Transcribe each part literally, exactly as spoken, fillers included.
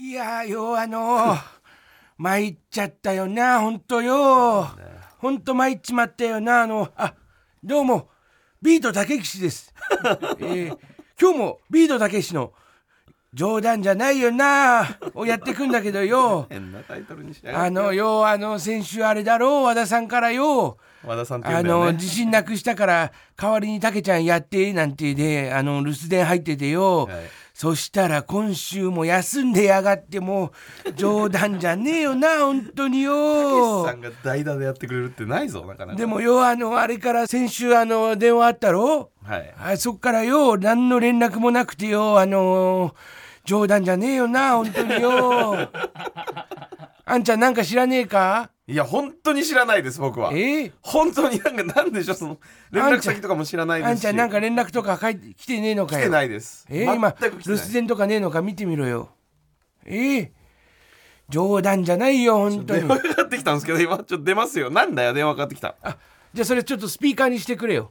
いやよあの参っちゃったよな、ほんとよ、ほんと参っちまったよな。あのあどうもビートたけしです、えー、今日もビートたけしの冗談じゃないよなをやってくんだけどよ変なタイトルにしやがって。 あのよあの先週あれだろう、和田さんからよ、 和田さんって言うんだよね。 あの自信なくしたから代わりにたけちゃんやってなんてであの留守電入っててよ、はい、そしたら今週も休んでやがって、もう冗談じゃねえよな本当によ。 たけしさんが代打でやってくれるってないぞなかなか。 でもよあのあれから先週あの電話あったろ、はい、あそっからよ何の連絡もなくてよ、あの冗談じゃねえよな本当によあんちゃんなんか知らねえか。 いや本当に知らないです僕は。えー、本当になんかなんでしょその連絡先とかも知らないですし。 あんちゃんなんか連絡とか返ってきてねえのかよ。 来てないです。 えー、今留守電とかねえのか見てみろよ。えー、冗談じゃないよ本当に。 電話かかってきたんですけど今ちょっと出ますよ。なんだよ電話かかってきた。 あじゃあそれちょっとスピーカーにしてくれよ。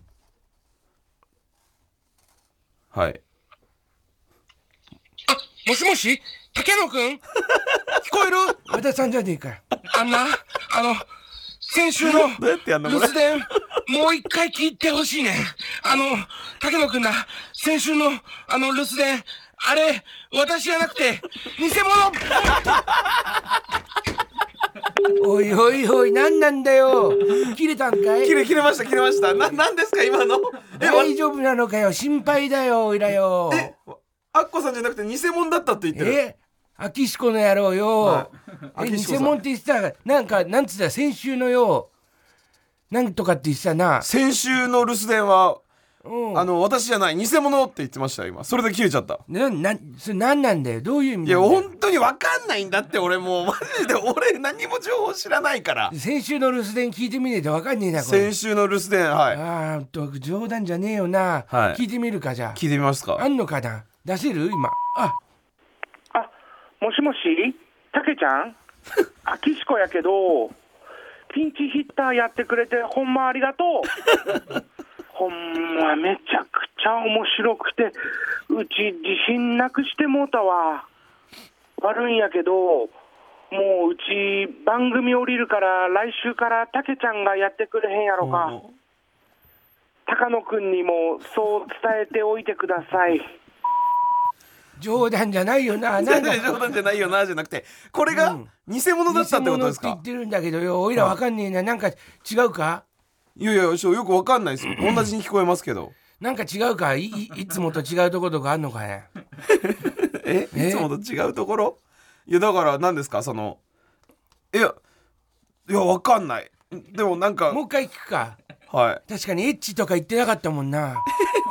はい。 あもしもし竹野くん聞こえる。和田さんじゃねえかよ。あんなあの先週の留守電もう一回聞いてほしいね。あの竹野くんだ、先週のあの留守電あれ私じゃなくて偽物おいおいおい何なんだよ、切れたんかい。 切れ切れました切れました。な何ですか今の。 え大丈夫なのかよ、心配だよおいらよ。 えアッコさんじゃなくて偽物だったって言ってる。 えアキシコの野郎よ、はい、え偽物って言ってたなんかなんつった先週のよなんとかって言ってたな。 先週の留守電は、うん、あの私じゃない偽物って言ってました今。それで切れちゃった。 ななそれ何なんだよ、どういう意味なんだよ。 よ。 いや本当に分かんないんだって俺もうマジで俺何も情報知らないから。 先週の留守電聞いてみねえと分かんねえなこれ。 先週の留守電はい。 ああと冗談じゃねえよな、はい、聞いてみるか。じゃあ聞いてみますか。 あんのかな、出せる今。ああもしもしたけちゃんあきしこやけどピンチヒッターやってくれてほんまありがとうほんまめちゃくちゃ面白くてうち自信なくしてもうたわ。悪いんやけどもううち番組降りるから来週からたけちゃんがやってくれへんやろか。高野くんにもそう伝えておいてください。 冗談じゃないよな。 なんか冗談じゃないよなじゃなくてこれが偽物だったってことですか。 偽物って言ってるんだけどよ、おいらわかんねえな。なんか違うか。 いやいやよくわかんないですよ同じに聞こえますけどなんか違うか。 い, い, いつもと違うところとかあんのかねえいつもと違うところ。いやだから何ですかその。いやいやわかんない。でもなんかもう一回聞くか。 はい確かにエッチとか言ってなかったもんなあ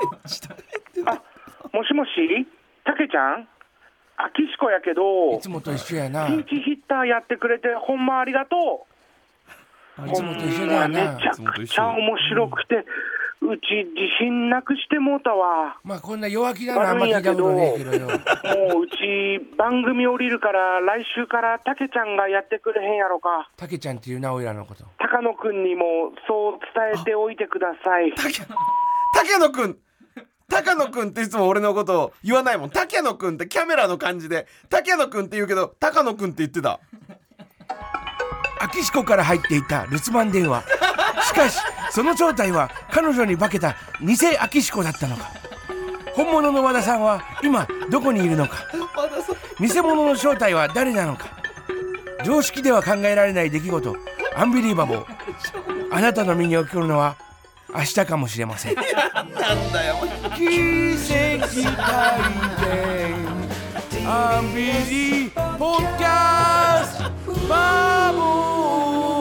もしもしたけちゃんあきしこやけどいつもと一緒やな。 ピンチヒッターやってくれてほんまありがとう。 いつもと一緒だよな。 めちゃくちゃ面白くて、うん、うち自信なくしてもうたわ。 まあこんな弱気なのあんま聞いたことねえけどよ。もううち番組降りるから来週からたけちゃんがやってくれへんやろか。 たけちゃんっていうなおいらのこと。 高野くんにもそう伝えておいてください。 高野くん高野くんっていつも俺のことを言わないもん。高野くんってキャメラの感じで高野くんって言うけど高野くんって言ってた。 アキシコから入っていた留守番電話。しかしその正体は彼女に化けた偽アキシコだったのか。本物の和田さんは今どこにいるのか。偽物の正体は誰なのか。常識では考えられない出来事アンビリーバボー。あなたの身に起こるのは明日かもしれません。 なんだよ奇跡体験アンビリーポッキャストバボー。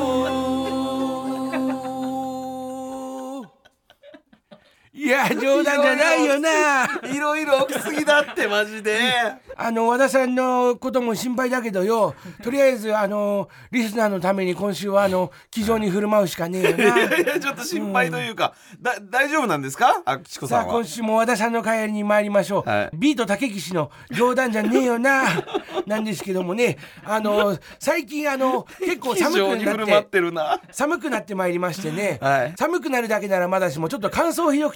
いや冗談じゃないよな。 いろいろ起きすぎだってマジであの和田さんのことも心配だけどよ、とりあえずあのリスナーのために今週はあの気丈に振る舞うしかねえよな。 いやいやちょっと心配というか、うん、だ大丈夫なんですかあきしこさんは。 さあ今週も和田さんの帰りに参りましょう、はい、ビートたけきしの冗談じゃねえよななんですけどもね、あの最近あの結構寒くなってってるな寒くなってまいりましてね、 はい、 寒くなるだけならまだしもちょっと乾燥ひどくてね僕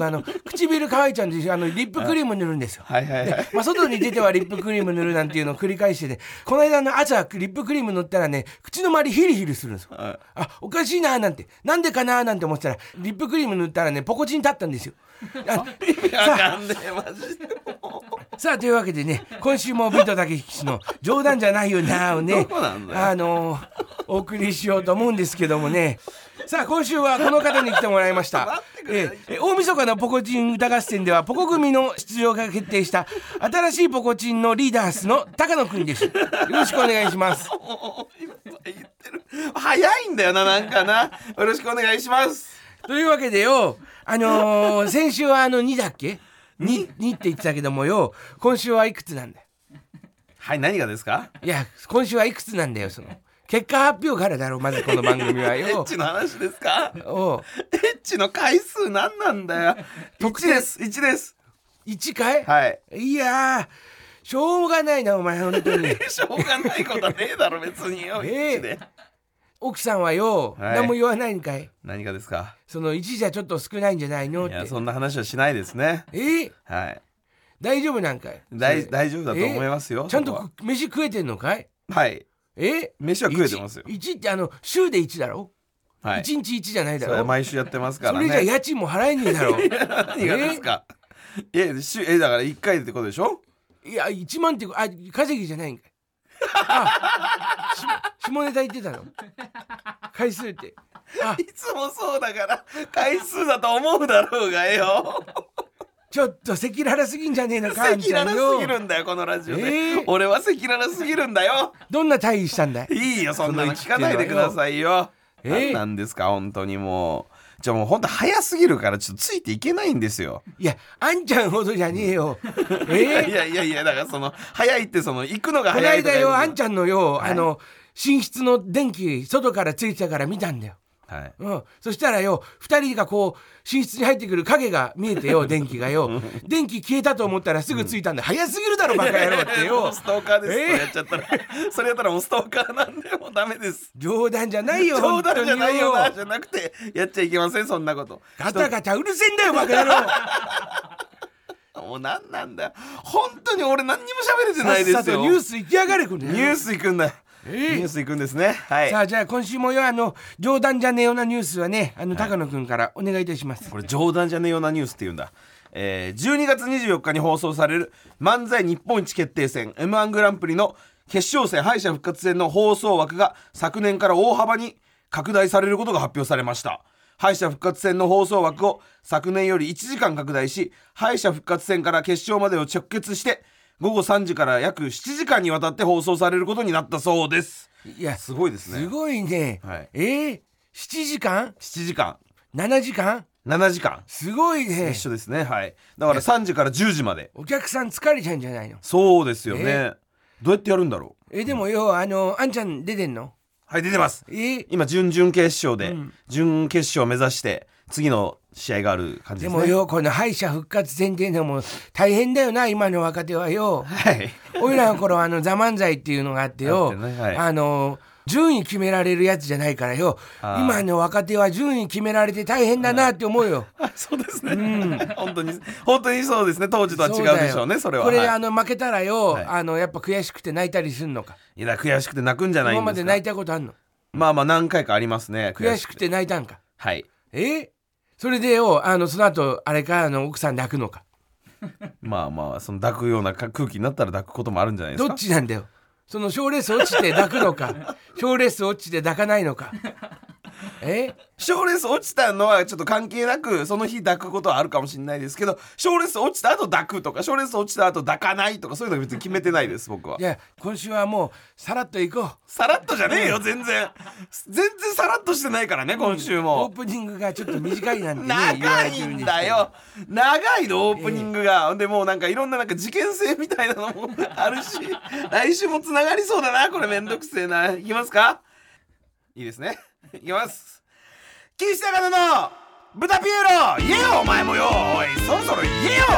僕あの唇乾いちゃうんですよ。あのリップクリーム塗るんですよ。 はいはいはいで、まあ、外に出てはリップクリーム塗るなんていうのを繰り返してて、この間の朝リップクリーム塗ったらね、口の周りヒリヒリするんですよ。 はいあ、おかしいなーなんて、なんでかなーなんて思ってたら、リップクリーム塗ったらね、ポコチン立ったんですよ。ああかんねえマジでさあというわけでね、今週もビートたけし氏の冗談じゃないよなーをね、 どこなんだよあのー、お送りしようと思うんですけどもね。さあ今週はこの方に来てもらいました待ってくれええ大晦日のポコチン歌合戦ではポコ組の出場が決定した新しいポコチンのリーダースの高野くんです。よろしくお願いします。 もういっぱい言ってる早いんだよななんかなよろしくお願いします。 というわけでよ、あのー、先週はあのにだっけ に, にって言ってたけどもよ、今週はいくつなんだよ。 はい何がですか。 いや今週はいくつなんだよ。その結果発表からだろう、まずこの番組はエッよ。 チの話ですか。 おうエッチの回数何なんだよ。いちですいちです。 いちかい、 はいいやーしょうがないなお前本当に。 しょうがないことはねえだろ別によ。 ええいちで奥さんはよ、 はい何も言わないんかい。 何がですか。 そのいちじゃちょっと少ないんじゃないのって。 いやそんな話はしないですね。 えーはい大丈夫なんかい。 大それ大丈夫だと思いますよ。 えーちゃんそこはと飯食えてんのかい。 はいえ飯は食えてますよ。 いちってあの週でいちだろ、 はいいちにちいちじゃないだそれはろ。 毎週やってますかそらね。 れじゃ家賃も払えねえだろ。 何がですか。えしえだからいっかいってことでしょ。 いやいちまんってあ稼ぎじゃないんかい。あし下ネタ言ってたの回数って。あいつもそうだから回数だと思うだろうがよ。 ちょっと赤裸々すぎんじゃねえのか。 赤裸々すぎる。 るんだよこのラジオで、 えー俺は赤裸々すぎるんだよ。 どんな退位したんだい。 いいよそんなの聞かないでくださいよ。 えー何なんですか本当にもう。じゃあもう本当早すぎるからちょっとついていけないんですよ。 いやあんちゃんほどじゃねえよ。えいやーいやいやいやだからその早いってその行くのがこの早いとか間よあんゃちゃんのよ、 はいあの寝室の電気外からついてたから見たんだよ。 はいうん、そしたらよふたりがこう寝室に入ってくる影が見えてよ電気がよ電気消えたと思ったらすぐついたんだ、早すぎるだろバカ野郎ってもよう。ストーカーです、 えーそれやっちゃったらそれやったらもうストーカーなんでもうダメです。 冗談じゃないよ冗談じゃないよな本当にじゃなくてやっちゃいけませんそんなこと。 ガタガタうるせえんだよバカ野郎。 もう何なんだよ本当に俺何にも喋れてないですよ。 さっさとニュース行きやがれこれ。 ニュース行くんだよ、 えーニュース行くんですね。はいさあじゃあ今週もよあの冗談じゃねえようなニュースはねあの高野くんからお願いいたします。 これ冗談じゃねえようなニュースって言うんだ。えー、じゅうにがつにじゅうよっかに放送される漫才日本一決定戦 エムワン グランプリの決勝戦敗者復活戦の放送枠が昨年から大幅に拡大されることが発表されました。敗者復活戦の放送枠を昨年よりいちじかん拡大し、敗者復活戦から決勝までを直結してごごさんじから約しちじかんにわたって放送されることになったそうです。 いやすごいですね。 すごいね、 はいえー、ななじかんしちじかんななじかんななじかんすごいね。 一緒ですね。はいだからさんじからじゅうじまで。 お客さん疲れちゃうんじゃないの。 そうですよね、 えどうやってやるんだろう。 えでもよあのあんちゃん出てんの。 はい出てます。 えー今準々決勝で、 うん準決勝を目指して次の試合がある感じでですね。 もよこの敗者復活戦っていうのも大変だよな今の若手はよ。 はいおいらの頃あの「ザ漫才っていうのがあってよあってねはいあの順位決められるやつじゃないからよあー今の若手は順位決められて大変だなって思うよ。 あそうですね、本当に本当にそうですね。当時とは違うでしょうね。それはこれ、 はい、 あの負けたらよ、 はいあのやっぱ悔しくて泣いたりすんのか。 いや悔しくて泣くんじゃないんですか。 今まで泣いたことあんの。 まあまあ何回かありますね。 悔しくて泣いたんか。 はいえそれでよあのその後あれかあの奥さん抱くのか。 まあまあその抱くような空気になったら抱くこともあるんじゃないですどか。 っちなんだよ。その賞レース落ちて抱くのか賞レース落ちて抱かないのか。え賞レース落ちたのはちょっと関係なくその日抱くことはあるかもしれないですけど、賞レース落ちた後抱くとか賞レース落ちた後抱かないとかそういうの別に決めてないです僕は。 じゃあ今週はもうさらっと行こう。 さらっとじゃねえよ全然全然さらっとしてないからね今週オーも。 プニングがちょっと短いなんてね言わ長いんれてるんですけどだよ長いのオープニングが、ほんでもうなんかいろんななんか事件性みたいなのもあるし来週もつながりそうだなこれめんどくせえな。いきますか。いいですねいきます。岸高野の豚ピエロ言えよお前もよおいそろそろ言えよ。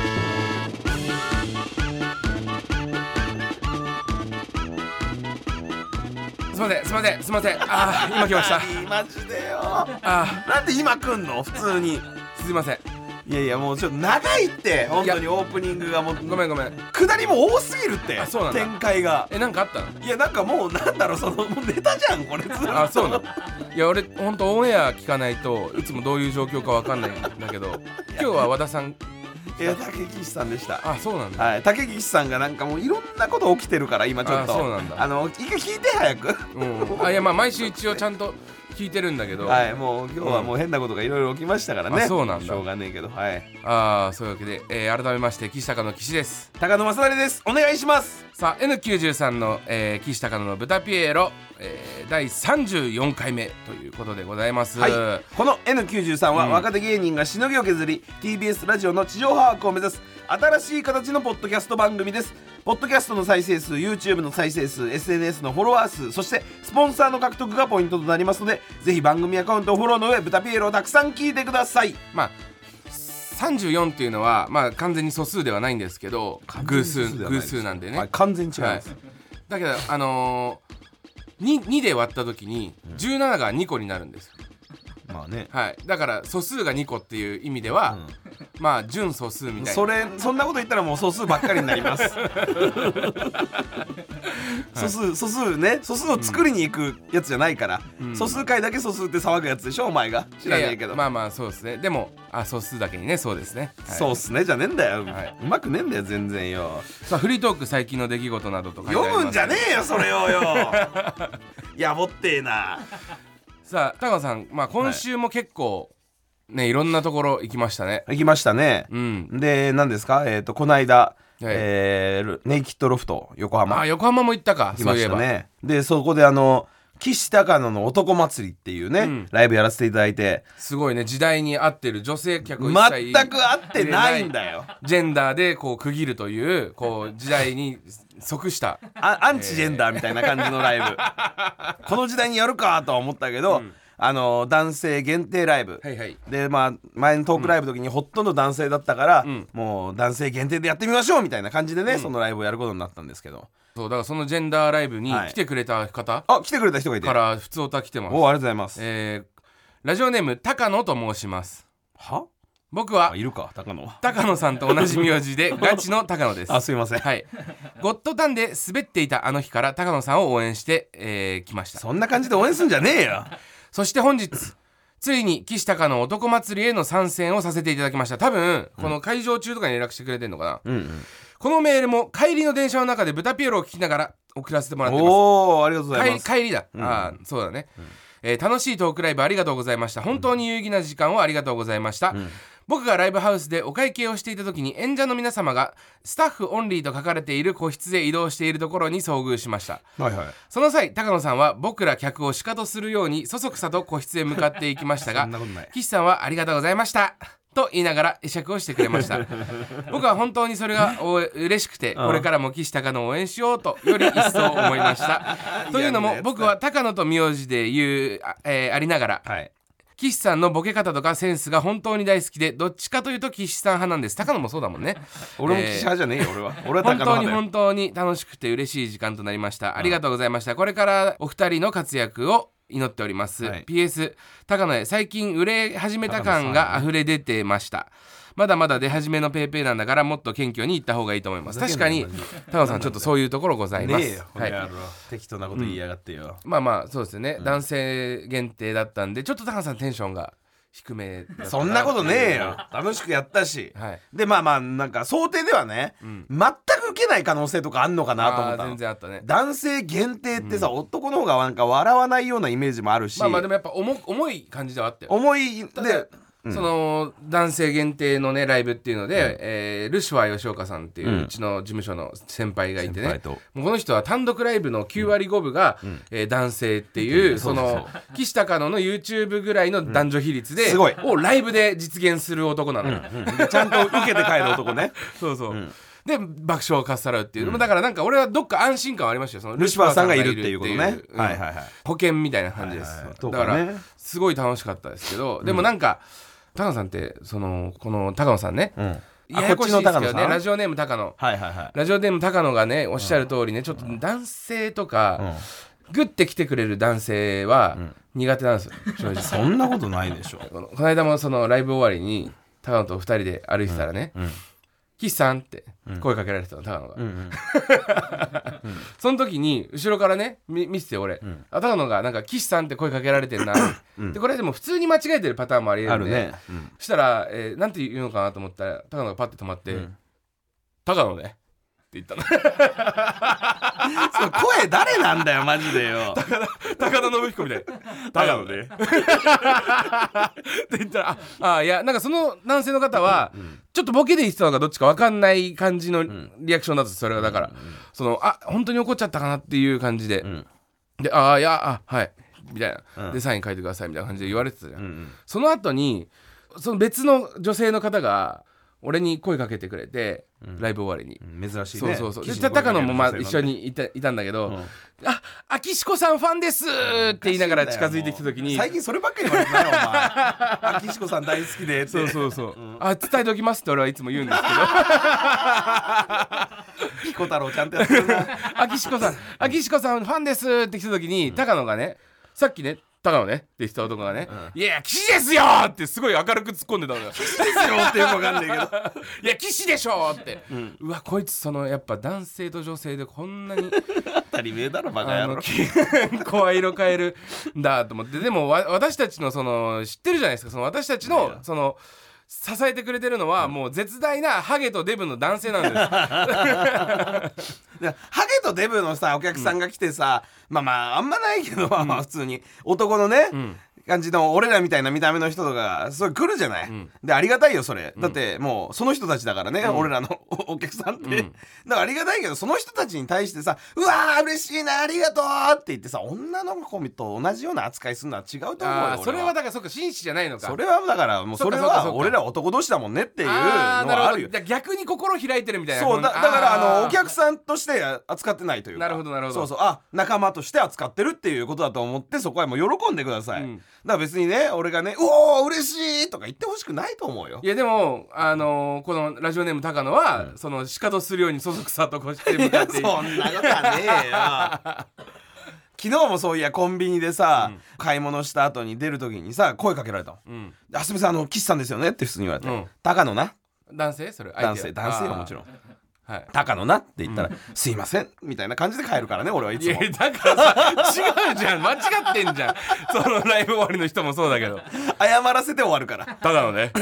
すいませんすいませんすいませんあー今来ました。 マジでよあなんで今来んの普通に。 ーすいません。 いやいやもうちょっと長いって本当にオープニングがもうごめんごめん。 下りも多すぎるってあそうなんだ展開がえなんかあったの？ いやなんかもうなんだろうそのもうネタじゃんこれずっとあそうなの。いや俺ほんとオンエア聞かないといつもどういう状況かわかんないんだけど今日は和田さん。 いや竹岸さんでした。 あそうなんだ。 はい、竹岸さんがなんかもういろんなこと起きてるから今ちょっとあそうなんだ。 あの一回聞いて早くうん、あいやまあ毎週一応ちゃんと聞いてるんだけど、 はいもう今日はもう変なことがいろいろ起きましたからね、 あそうなんだ。 しょうがねえけどはいああそういうわけで、えー、改めまして岸高の岸です。 高野正成です。お願いします。 さあ エヌきゅうじゅうさん の、えー、岸高野の豚ピエロ、えー、だいさんじゅうよんかいめということでございます。 はい、この エヌきゅうじゅうさん は、 うん、 若手芸人がしのぎを削り ティービーエス ラジオの地上把握を目指す新しい形のポッドキャスト番組です。ポッドキャストの再生数 YouTube の再生数 エスエヌエス のフォロワー数そしてスポンサーの獲得がポイントとなりますのでぜひ番組アカウントをフォローの上豚ピエロをたくさん聞いてください。 まあさんじゅうよんっていうのは、まあ、完全に素数ではないんですけど偶数偶数なんでね、 はい、完全に違います、 はい、だけどあのー、に, にで割った時にじゅうなながにこになるんです。 まあね、 はい、だから素数がにこっていう意味では、うん、まあ純素数みたいなそれそんなこと言ったらもう素数ばっかりになります素数素数ね素数を作りに行くやつじゃないから、うん、素数回だけ素数って騒ぐやつでしょお前が知らねえけど。いやいやまあまあそうですね。でもあ素数だけにねそうですね、 はい、そうっすねじゃねえんだよ、はい、うまくねえんだよ全然よ。 さあフリートーク最近の出来事などとか読むんじゃねえよそれをよやぼってえな。 さあ高野さん、まあ、今週も結構ね、はい、いろんなところ行きましたね。 行きましたね、うん、で何ですか、えーと、この間、はい、えー、ネイキッドロフト横浜あ横浜も行ったか。 行きましたね。でそこであの岸高野の男祭りっていうね、うん、ライブやらせていただいてすごいね時代に合ってる女性客を一切全く合ってないんだよジェンダーでこう区切るというこう時代に即したアンチジェンダーみたいな感じのライブ、えー、この時代にやるかとは思ったけど、うん、あの男性限定ライブ、はいはい、でまあ前のトークライブの時にほとんど男性だったから、うん、もう男性限定でやってみましょうみたいな感じでね、うん、そのライブをやることになったんですけどそうだからそのジェンダーライブに来てくれた方、はい、 あ来てくれた人がいてから普通歌来てます。 おありがとうございます、 えー、ラジオネーム高野と申します。 は僕はいるか高野高野さんと同じ名字でガチの高野です。 あすいません、 はい、ゴッドタンで滑っていたあの日から高野さんを応援して、えー、来ました。 そんな感じで応援すんじゃねえよそして本日ついに岸高の男祭りへの参戦をさせていただきました。多分この会場中とかに連絡してくれてんのかな、うんうん、このメールも帰りの電車の中で豚ピエロを聞きながら送らせてもらってます。 おーありがとうございます。 帰りだ、うん、あそうだね、うんえー、楽しいトークライブありがとうございました。本当に有意義な時間をありがとうございました、うん、僕がライブハウスでお会計をしていた時に演者の皆様がスタッフオンリーと書かれている個室へ移動しているところに遭遇しました、はいはい、その際高野さんは僕ら客をシカトするようにそそくさと個室へ向かっていきましたが岸さんはありがとうございましたと言いながら会釈をしてくれました僕は本当にそれが嬉しくてこれからも岸高野を応援しようとより一層思いましたというのも僕は高野と名字で言う あ,、えー、ありながら、はい岸さんのボケ方とかセンスが本当に大好きでどっちかというと岸さん派なんです。高野もそうだもんね俺も岸派じゃねえよ、えー、俺は俺は高野派だよ。 本当に本当に楽しくて嬉しい時間となりました。ありがとうございました。これからお二人の活躍を祈っております、はい、ピーエス 高野へ最近売れ始めた感が溢れ出てました。まだまだ出始めのペーペーなんだからもっと謙虚に言った方がいいと思います。確かに高野さんちょっとそういうところございます。ねえよ、 はい、適当なこと言いやがってよ、 うん、まあまあそうですね、うん、男性限定だったんでちょっと高野さんテンションが低めだった。 そんなことねえよ楽しくやったし、はい、でまあまあなんか想定ではね、うん、全く受けない可能性とかあんのかなと思ったの。 全然あったね。 男性限定ってさ、うん、男の方がなんか笑わないようなイメージもあるし、 まあまあでもやっぱ 重, 重い感じではあったよ。 重いでうん、その男性限定のねライブっていうので、うんえー、ルシファー吉岡さんっていう、うん、うちの事務所の先輩がいてね、もうこの人は単独ライブのきゅうわりごぶが、うんえー、男性っていう、うん、その岸高野の YouTube ぐらいの男女比率で、うん、 すごいをライブで実現する男なのよ、 うんうん、ちゃんと受けて帰る男ねそうそう、うんで爆笑をかっさらうっていう、うん、だからなんか俺はどっか安心感はありましたよ。そのルシファーさんがいるっていうことね、 うんはいはいはい、保険みたいな感じです、はいはい、だから、ね、すごい楽しかったですけど、うん、でもなんか高野さんってそのこの高野さんね、うん、ややこしいですけどねラジオネーム高野、はいはいはい、ラジオネーム高野がねおっしゃる通りね、うん、ちょっと男性とか、うん、グッて来てくれる男性は苦手なんですよ、正直。 そんなことないでしょ。 この間もそのライブ終わりに高野とふたりで歩いてたらね、 うんうん、 岸さんって声かけられてたの高野が、 うんうん、 その時に後ろからね見見せて俺、うん、あ高野がなんか岸さんって声かけられてるな、うん、でこれでも普通に間違えてるパターンもありえるんで、ね、うん、そしたら、えー、なんて言うのかなと思ったら高野がパッて止まって、うん、高野ねって言ったのその声誰なんだよマジでよ高田信彦みたいな高野ねって言ったらああいやなんかその男性の方は、うん、ちょっとボケで言ってたのかどっちか分かんない感じのリアクションだったそれはだから、うん、そのあ本当に怒っちゃったかなっていう感じで、うん、でああいやあはいみたいな、うん、でサイン書いてくださいみたいな感じで言われてたじゃん、うんうん、その後にその別の女性の方が俺に声かけてくれて、うん、ライブ終わりに、 うん、珍しいね。 そうそうそうで高野もまあ一緒にいた、いたんだけど、うん、あ秋志子さんファンですって言いながら近づいてきた時に最近そればっかり言われてないよお前秋志子さん大好きでってそうそうそう、うん、あ伝えておきますって俺はいつも言うんですけどピコ太郎ちゃんとやってるな秋志子さん秋志子さんファンですって来た時に、うん、高野がねさっきね高野ねって言った男がね、うん、いや岸ですよってすごい明るく突っ込んでたのよ岸ですよってよくわかんないけどいや岸でしょって、うん、うわこいつそのやっぱ男性と女性でこんなに当たり前だろバカ野郎声色変えるんだと思ってでもわ私たちのその知ってるじゃないですかその私たちのその支えてくれてるのはもう絶大なハゲとデブの男性なんですハゲとデブのさお客さんが来てさ、うん、まあまああんまないけど、うん、まあまあ普通に男のね、うん感じの俺らみたいな見た目の人とかがすごい来るじゃない、うん、でありがたいよそれ、うん、だってもうその人たちだからね、うん、俺らのお客さんって、うん、だからありがたいけどその人たちに対してさうわー嬉しいなありがとうって言ってさ女の子と同じような扱いするのは違うと思うよ。 あそれはだからそっか紳士じゃないのか。 それはだからもうそれは俺ら男同士だもんねっていうのはあるよ。 あ逆に心開いてるみたいな。 そう だ, だからあのお客さんとして扱ってないというか。 なるほどなるほど。 そうそうあ仲間として扱ってるっていうことだと思ってそこはもう喜んでください、うん、だから別にね俺がねうおー嬉しいとか言ってほしくないと思うよ。 いやでもあのー、このラジオネーム高野は、うん、そのシカトするようにそそくさとこうして向かっていやそんなことはねえよ昨日もそういやコンビニでさ、うん、買い物した後に出る時にさ声かけられたの、うん、あすみませんあの岸さんですよねって普通に言われて、うん、高野な男性それ男性男性よもちろんはい、高野なって言ったら、うん、すいませんみたいな感じで帰るからね俺はいつも。 いやだからさ違うじゃん間違ってんじゃんそのライブ終わりの人もそうだけど謝らせて終わるから高野ね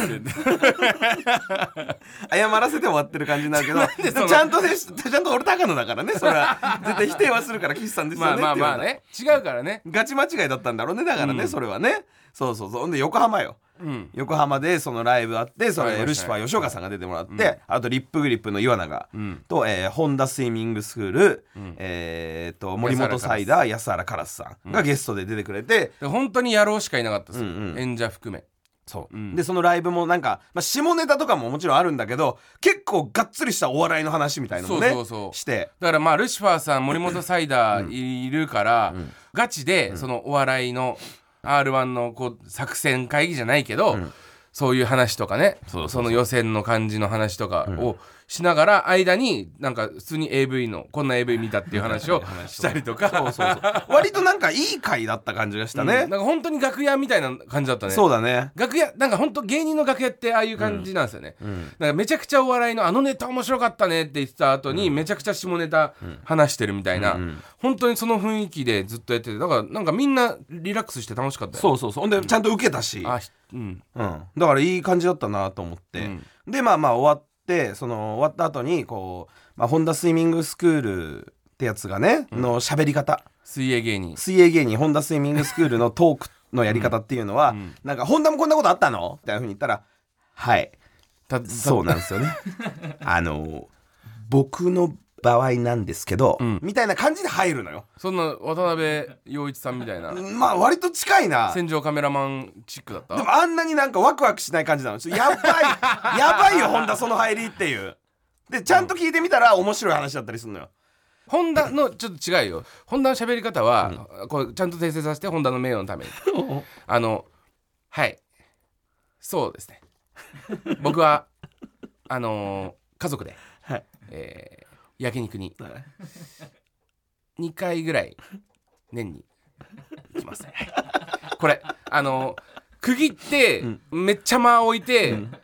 謝らせて終わってる感じになるけどちゃんとねちゃんと俺高野だからねそれは絶対否定はするから岸さんですよねってまあまあまあね違うからねガチ間違いだったんだろうねだからね、うん、それはねそうそうそうで横浜ようん、横浜でそのライブあってそれルシファー吉岡さんが出てもらって、うん、あとリップグリップの岩永、うん、と、えー、ホンダスイミングスクール、うん、えー、と森本サイダー安原カラスさんがゲストで出てくれて、 うん、本当に野郎しかいなかったですよ、うんうん、演者含めそう、うん、でそのライブもなんか、まあ、下ネタとかももちろんあるんだけど結構がっつりしたお笑いの話みたいなのもねそうそうそうしてだからまあルシファーさん森本サイダーいるから、うん、ガチでそのお笑いの アールワン のこう作戦会議じゃないけど、うんそういう話とかね そ, うそうそうその予選の感じの話とかをしながら間になんか普通に エーブイ のこんな エーブイ 見たっていう話をしたりとかそうそうそう割となんかいい回だった感じがしたね、 うん、なんか本当に楽屋みたいな感じだったね。 そうだね楽屋なんか本当芸人の楽屋ってああいう感じなんですよね、うん、なんかめちゃくちゃお笑いのあのネタ面白かったねって言ってた後に、うん、めちゃくちゃ下ネタ話してるみたいな、うんうん、本当にその雰囲気でずっとやっててだからなんかみんなリラックスして楽しかったよ。 そうそうそうほんでちゃんと受けたし、あうんうん、だからいい感じだったなと思って、うん、でまあまあ終わってその終わった後にこう、まあ、ホンダスイミングスクールってやつがね、うん、の喋り方水泳芸人水泳芸人ホンダスイミングスクールのトークのやり方っていうのは、うん、なんかホンダもこんなことあったのみたいな風に言ったらはいそうなんですよねあの僕の場合なんですけど、うん、みたいな感じで入るのよ。 そんな渡辺陽一さんみたいなまあ割と近いな戦場カメラマンチックだった。 でもあんなになんかワクワクしない感じなのちょっとやばいやばいよホンダその入りっていうでちゃんと聞いてみたら面白い話だったりするのよ。 ホンダのちょっと違うよホンダの喋り方は、うん、こうちゃんと訂正させてホンダの名誉のためにあのはいそうですね僕はあのー、家族で、はいえー焼肉ににかいぐらい年に行きますねこれあの区切って、うん、めっちゃ間置いて、うん、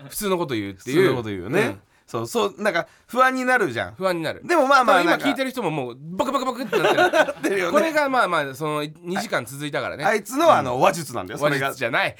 普通のこと言うっていう普通のこと言うよね、うん、そうそうなんか不安になるじゃん。 不安になる。 でもまあまあ今聞いてる人ももうバクバクバクってなってるなってるよ、ね、これがまあまあそのにじかん続いたからね。 あいつのあの話術なんだよ、 それが話術じゃない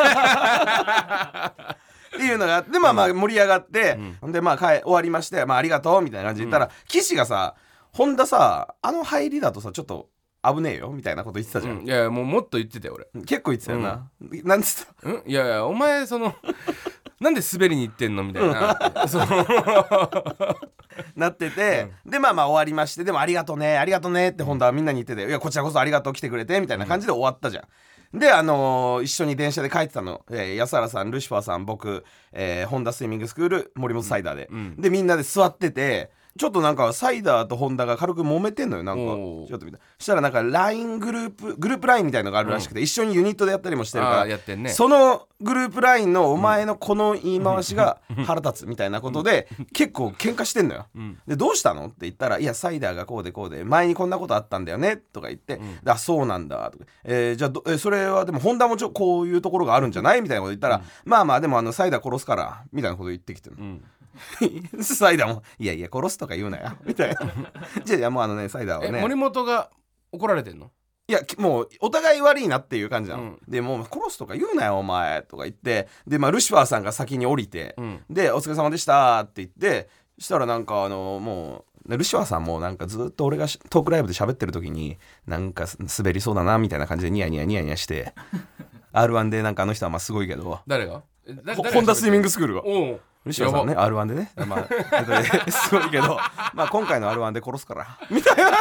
っていうのがあってまあまあ盛り上がって、うん、でまあ終わりまして、まあ、ありがとうみたいな感じで言ったら、うん、岸がさ本田さあの入りだとさちょっと危ねえよみたいなこと言ってたじゃん、 うん、いやいやもうもっと言ってたよ俺。 結構言ってたよな、うん、なんつった、 うん、いやいやお前そのなんで滑りに行ってんのみたいなそうなってて、うん、でまあまあ終わりましてでもありがとうねありがとうねって本田はみんなに言ってて、いやこちらこそありがとう来てくれてみたいな感じで終わったじゃん。であのー、一緒に電車で帰ってたの、えー、安原さんルシファーさん僕、えー、ホンダスイミングスクール森本サイダーで、うん、でみんなで座っててちょっとなんかサイダーとホンダが軽く揉めてんのよなんかちょっと見たしたらなんか ライン グループグループ ライン みたいのがあるらしくて、うん、一緒にユニットでやったりもしてるからやってん、ね、 そのグループ ライン のお前のこの言い回しが腹立つみたいなことで結構喧嘩してんのよ、うん、でどうしたのって言ったらいやサイダーがこうでこうで前にこんなことあったんだよねとか言って、うん、あそうなんだとか、えー、じゃあど、えー、それはでもホンダもちょこういうところがあるんじゃないみたいなこと言ったら、うん、まあまあでもあのサイダー殺すからみたいなこと言ってきてるの、うんサイダーもいやいや殺すとか言うなよみたいなじゃあいやもうあのねサイダーはね森本が怒られてんの？ いやもうお互い悪いなっていう感じなの、うん、でもう殺すとか言うなよお前とか言ってで、まあ、ルシファーさんが先に降りて、うん、でお疲れ様でしたって言ってしたらなんかあのもうルシファーさんもなんかずっと俺がトークライブで喋ってる時になんか滑りそうだなみたいな感じでニヤニヤニヤニヤしてアールワン でなんかあの人はまあすごいけど誰がホンダスイミングスクールがおうルシファーさんね アールワン でね、まあ、すごいけど、まあ、今回の アールワン で殺すからみたいな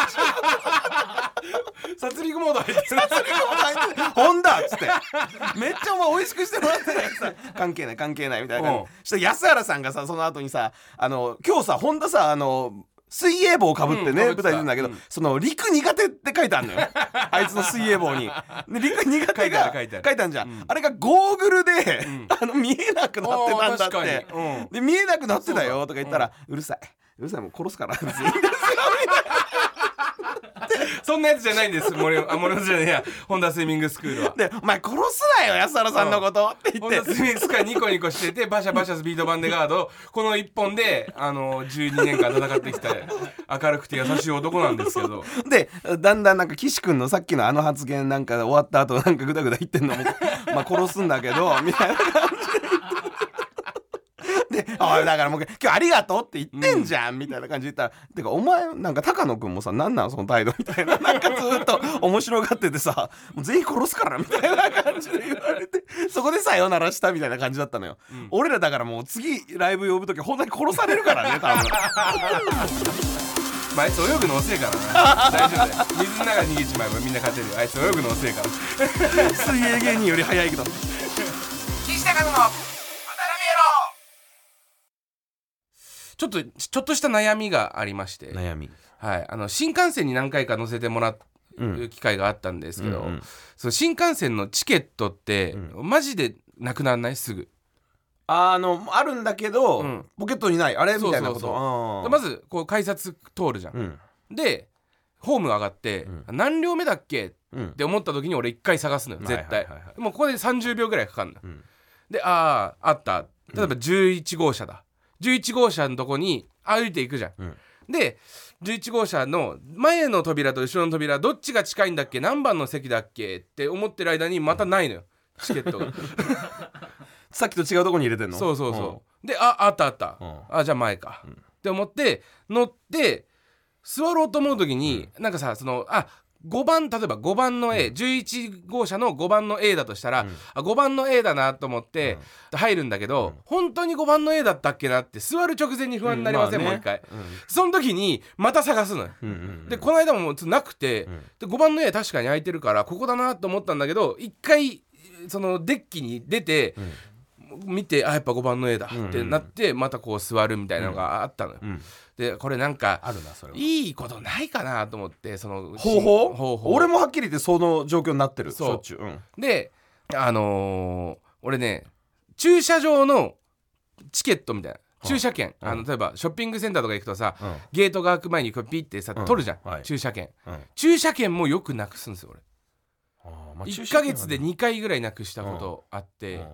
殺戮モード入ってる殺戮モード入ってるホンダっつってめっちゃお前美味しくしてもらってないさ関係ない関係ないみたいな感じそしたら安原さんがさその後にさあの今日さホンダさあの水泳帽かぶってね、うん、舞台出るんだけど、うん、その陸苦手って書いてあるのよあいつの水泳帽にで陸苦手が書いてあるじゃん、うん、あれがゴーグルで、うん、あの見えなくなってたんだって、うん、で見えなくなってたよとか言ったら う, うるさいうるさいもう殺すからって言うんですよそんなやつじゃないんです森あ森本じゃねえやホンダスイミングスクールはでお前殺すなよ安原さんのこと、うん、って言ってホンダスイミングスクールニコニコしててバシャバシャスピードバンデガードこの一本であのじゅうにねんかん戦ってきた明るくて優しい男なんですけどでだんだんなんか岸君のさっきのあの発言なんか終わった後なんかグダグダ言ってんのもまあ殺すんだけどみたいな感じで言ってであだからもう今日ありがとうって言ってんじゃん、うん、みたいな感じで言ったらてかお前なんか高野くんもさなんなんその態度みたいななんかずっと面白がっててさもう全員殺すからみたいな感じで言われてそこでさよならしたみたいな感じだったのよ、うん、俺らだからもう次ライブ呼ぶとき本当に殺されるからね多分まあ、あいつ泳ぐの遅いからな大丈夫だよ水の中に逃げちまえばみんな勝てるよあいつ泳ぐの遅いから水泳芸人より早いけど岸高野の渡辺野郎ちょっとちょっとした悩みがありまして悩み、 はい、あの新幹線に何回か乗せてもらう機会があったんですけど、うんうんうん、その新幹線のチケットって、うん、マジでなくならないすぐあのあるんだけど、うん、ポケットにないあれみたいなことそうそうそうまずこう改札通るじゃん、うん、でホーム上がって、うん、何両目だっけ、うん、って思った時に俺一回探すのよ絶対、はいはいはいはい、もうここでさんじゅうびょうぐらいかかるの、うん、であああった例えばじゅういち号車だ、じゅういち号車のとこに歩いていくじゃん、うん、でじゅういち号車の前の扉と後ろの扉どっちが近いんだっけ何番の席だっけって思ってる間にまたないのよチケットがさっきと違うとこに入れてんのそうそうそう、うん、でああったあった、うん、あじゃあ前か、うん、って思って乗って座ろうと思う時に、うん、なんかさそのあごばん例えばごばんの A、うん、じゅういち号車のごばんの A だとしたら、うん、あごばんの A だなと思って入るんだけど、うん、本当にごばんの A だったっけなって座る直前に不安になりません、うんまあね、もう一回、うん、その時にまた探すのよ、うんうんうん、でこの間ももうなくて、うん、でごばんの A 確かに空いてるからここだなと思ったんだけど一回そのデッキに出て、うん見てあやっぱごばんの A だってなってまたこう座るみたいなのがあったのよ、うんうん、でこれなんかあるなそれいいことないかなと思ってその方法方法俺もはっきり言ってその状況になってるそうしょっちゅう、うん、 であのー、俺ね駐車場のチケットみたいな駐車券、うん、あの例えばショッピングセンターとか行くとさ、うん、ゲートが開く前にこうピッてさ、うん、取るじゃん、はい、駐車券、うん、駐車券もよくなくすんですよ俺あ、まあ、いっかげつでにかいぐらいなくしたことあって、うんうん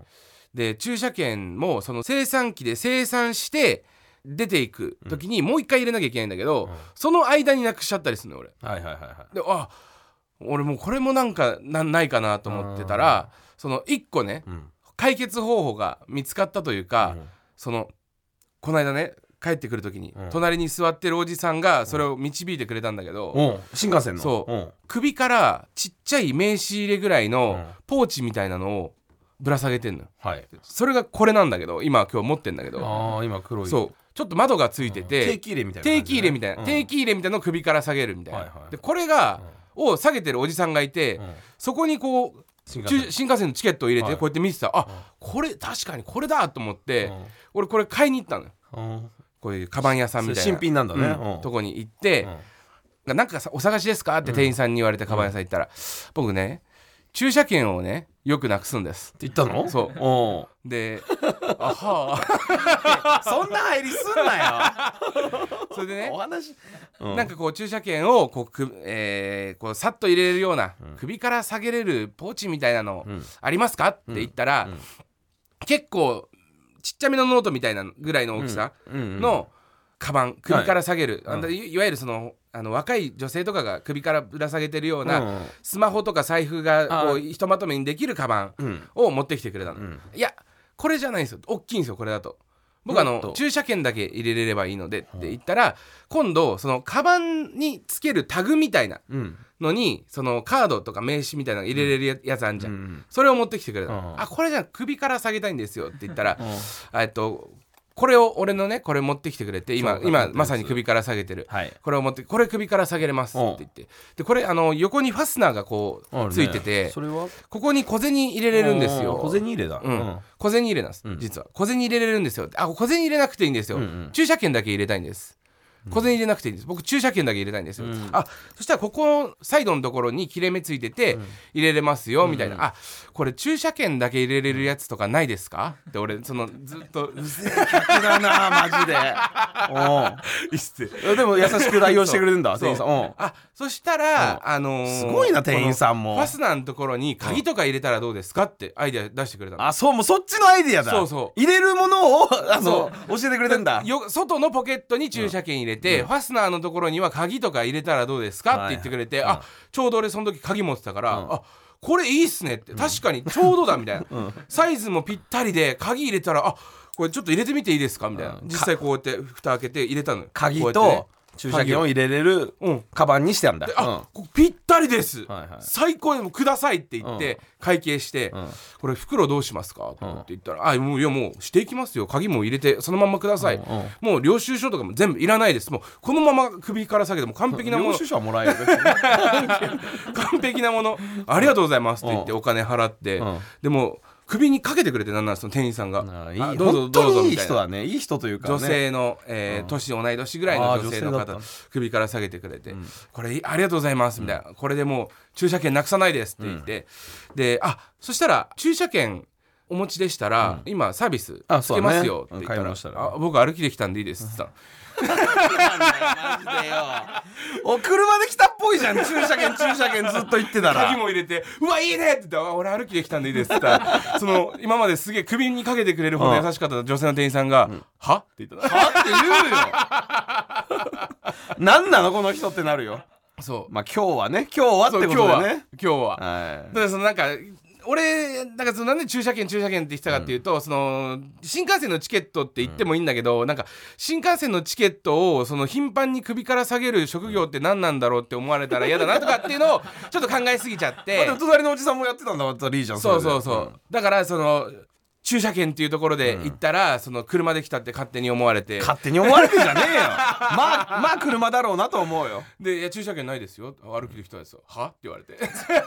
で駐車券もその精算機で精算して出ていく時にもう一回入れなきゃいけないんだけど、うん、その間になくしちゃったりするの俺。 はいはいはいはい。 であ俺もうこれもなんか な, ないかなと思ってたらその一個ね、うん、解決方法が見つかったというか、うん、そのこの間ね帰ってくる時に、うん、隣に座ってるおじさんがそれを導いてくれたんだけど、 うん、新幹線のそう、うん、首からちっちゃい名刺入れぐらいのポーチみたいなのをぶら下げてんの、はい、それがこれなんだけど今今日持ってんだけどあ今黒いそうちょっと窓がついてて、 うん、定期入れみたいな、 ね、定期入れみたいな、うん、定期入れみたいなのを首から下げるみたいな、はいはい、でこれが、うん、を下げてるおじさんがいて、うん、そこにこう新幹線、新幹線のチケットを入れてこうやって見てた、はい、あ、うん、これ確かにこれだと思って、うん、俺これ買いに行ったのよ、うんこういうカバン屋さんみたいな新品なんだね、 うん、とこに行って、うん、なんかお探しですかって店員さんに言われてカバン屋さん行ったら、うん、僕ね駐車券をねよくなくすんですって言ったの。 そうおであはそんな入りすんなよそれでねお話、うん、 なんかこう駐車券をこうく、えー、こうさっと入れれるような、うん、首から下げれるポーチみたいなのありますか、うん、って言ったら、うんうん、結構ちっちゃめのノートみたいなぐらいの大きさのカバン、首から下げる、はい、い, いわゆるそのあの若い女性とかが首からぶら下げてるような、うん、スマホとか財布がこうひとまとめにできるカバンを持ってきてくれたの、うん、いやこれじゃないんですよ大きいんですよこれだと僕あの駐車券だけ入れれればいいのでって言ったら、うん、今度そのカバンにつけるタグみたいなのに、うん、そのカードとか名刺みたいなの入れれるやつあんじゃん、うん、それを持ってきてくれた、うん、あこれじゃ首から下げたいんですよって言ったら、うん、えっとこれを俺のねこれ持ってきてくれて今今まさに首から下げてる、はい、これを持ってこれ首から下げれますって言ってでこれあの横にファスナーがこうついてて、ね、それはここに小銭入れれるんですよ。 小銭入れだ、 うんうん、小銭入れなんです、うん、実は小銭入れれるんですよ。あ小銭入れなくていいんですよ、うんうん、駐車券だけ入れたいんです。小銭入れなくていいんです僕駐車券だけ入れたいんですよ、うん、あそしたらここサイドのところに切れ目ついてて入れれますよ、うん、みたいなあこれ駐車券だけ入れれるやつとかないですかって俺そのずっとうぜえ客だなマジでおいいっすでも優しく代用してくれるんだ店員さんおあそしたら、あのー、 すごいな店員さんもファスナーのところに鍵とか入れたらどうですかってアイデア出してくれたの。 あそうもうそっちのアイデアだそうそう入れるものをあの教えてくれてんだよ外のポケットに駐車券入れて、うん、ファスナーのところには鍵とか入れたらどうですか、はい、って言ってくれて、あちょうど俺その時鍵持ってたから、うん、あこれいいっすねって、うん、確かにちょうどだみたいな、うん、サイズもぴったりで鍵入れたらあこれちょっと入れてみていいですかみたいな、うん、実際こうやって蓋開けて入れたのよ鍵と駐車券を入れれるカバンにしてあるんだ、うん、 あ、うん、ぴったりです、はいはい、最高でもくださいって言って会計して、うん、これ袋どうしますかって言ったら、うん、あもういやもうしていきますよ鍵も入れてそのままください、うんうん、もう領収書とかも全部いらないですもうこのまま首から下げても完璧なもの領収書はもらえる完璧なものありがとうございますって言ってお金払って、うん、でも首にかけてくれてなんなんその店員さんがあいいどうぞどうぞみたいないい人だねいい人というか、ね、 女性の、えー、年同い年ぐらいの女性の方首から下げてくれて、うん、これありがとうございますみたいな、うん、これでもう駐車券なくさないですって言って、うん、であそしたら駐車券お持ちでしたら、うん、今サービスつけますよって言ったら、ね、あ僕歩きで来たんでいいですって言ったなんだよマジでよお車で来たっぽいじゃん駐車券駐車券ずっと言ってたら鍵も入れてうわいいねって言ったら俺歩きで来たんでいいですって言ったらその今まですげえ首にかけてくれるほど優しかった女性の店員さんが、うん、はって言ったはって言うよ何なのこの人ってなるよそうまあ今日はね今日はってことだね今日は今日は、はい、だからそのなんか俺だからそのなんで駐車券駐車券って言ってたかっていうと、うん、その新幹線のチケットって言ってもいいんだけど、うん、なんか新幹線のチケットをその頻繁に首から下げる職業って何なんだろうって思われたら嫌だなとかっていうのをちょっと考えすぎちゃってまあでも隣のおじさんもやってたんだったらいいじゃんそうそうそう、うん、だからその駐車券っていうところで行ったら、うん、その車で来たって勝手に思われて勝手に思われてんじゃねえよまあまあ車だろうなと思うよでいや駐車券ないですよ歩きで来たですよはって言われて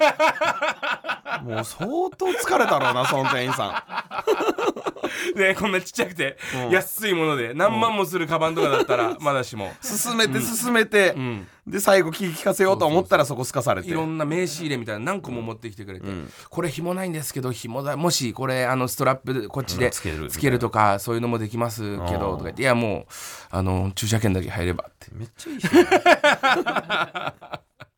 もう相当疲れたろうなその店員さんでこんなちっちゃくて、うん、安いもので何万もするカバンとかだったらまだしも進めて進めて、うん、で最後聞き聞かせようと思ったらそこすかされていろんな名刺入れみたいな何個も持ってきてくれて、うん、これ紐ないんですけど紐だもしこれあのストラップこっちでつける、つけるとかそういうのもできますけどとか言っていやもうあの駐車券だけ入ればってめっちゃいい人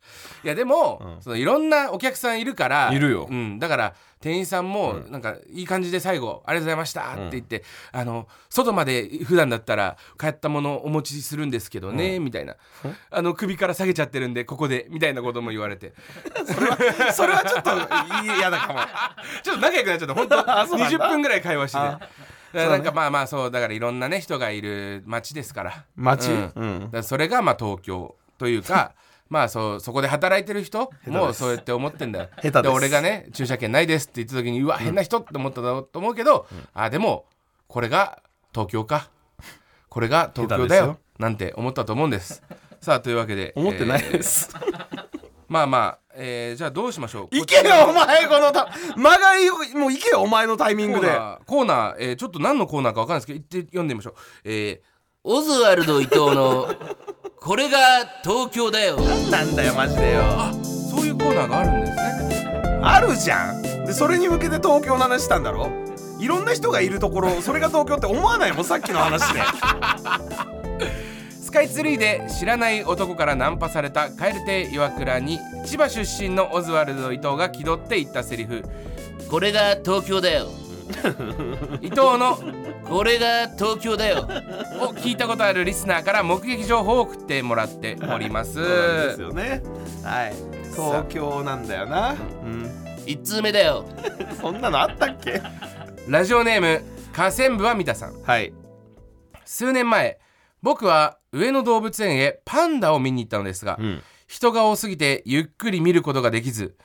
いやでも、 うんそのいろんなお客さんいるからいるようん、だから店員さんもうんなんかいい感じで最後ありがとうございましたって言って、うん、あの外まで普段だったら買ったものをお持ちするんですけどね、うん、みたいな、うん、あの首から下げちゃってるんでここでみたいなことも言われてそれはそれはちょっと嫌だかもちょっと仲良くなっちゃった本当にじゅっぷんぐらい会話しててなんかまあまあそうだからいろんなね人がいる街ですから街、 うんうん、だからそれがまあ東京というかまあそうそこで働いてる人もそうやって思ってんだよで俺がね駐車券ないですって言った時にうわ変な人って思っただろうと思うけど、うん、あでもこれが東京かこれが東京だよなんて思ったと思うんですさあというわけで思ってないです、 えー、まあまあ、えー、じゃあどうしましょう行けよお前このた間がいいもう行けよお前のタイミングでコーナー、コーナー、えー、ちょっと何のコーナーか分かんないですけど言って読んでみましょう、えー、オズワルド伊藤のこれが東京だよなんだよマジでよあそういうコーナーがあるんですねあるじゃんでそれに向けて東京の話したんだろいろんな人がいるところそれが東京って思わないもんさっきの話でスカイツリーで知らない男からナンパされた蛙亭岩倉に千葉出身のオズワルド伊藤が気取って言ったセリフこれが東京だよ伊藤のこれが東京だよを聞いたことあるリスナーから目撃情報を送ってもらっておりますそうなんですよねはい東京なんだよな、うん、 いち通目だよそんなのあったっけラジオネーム河川部は三田さんはい数年前僕は上野動物園へパンダを見に行ったのですが、うん、人が多すぎてゆっくり見ることができず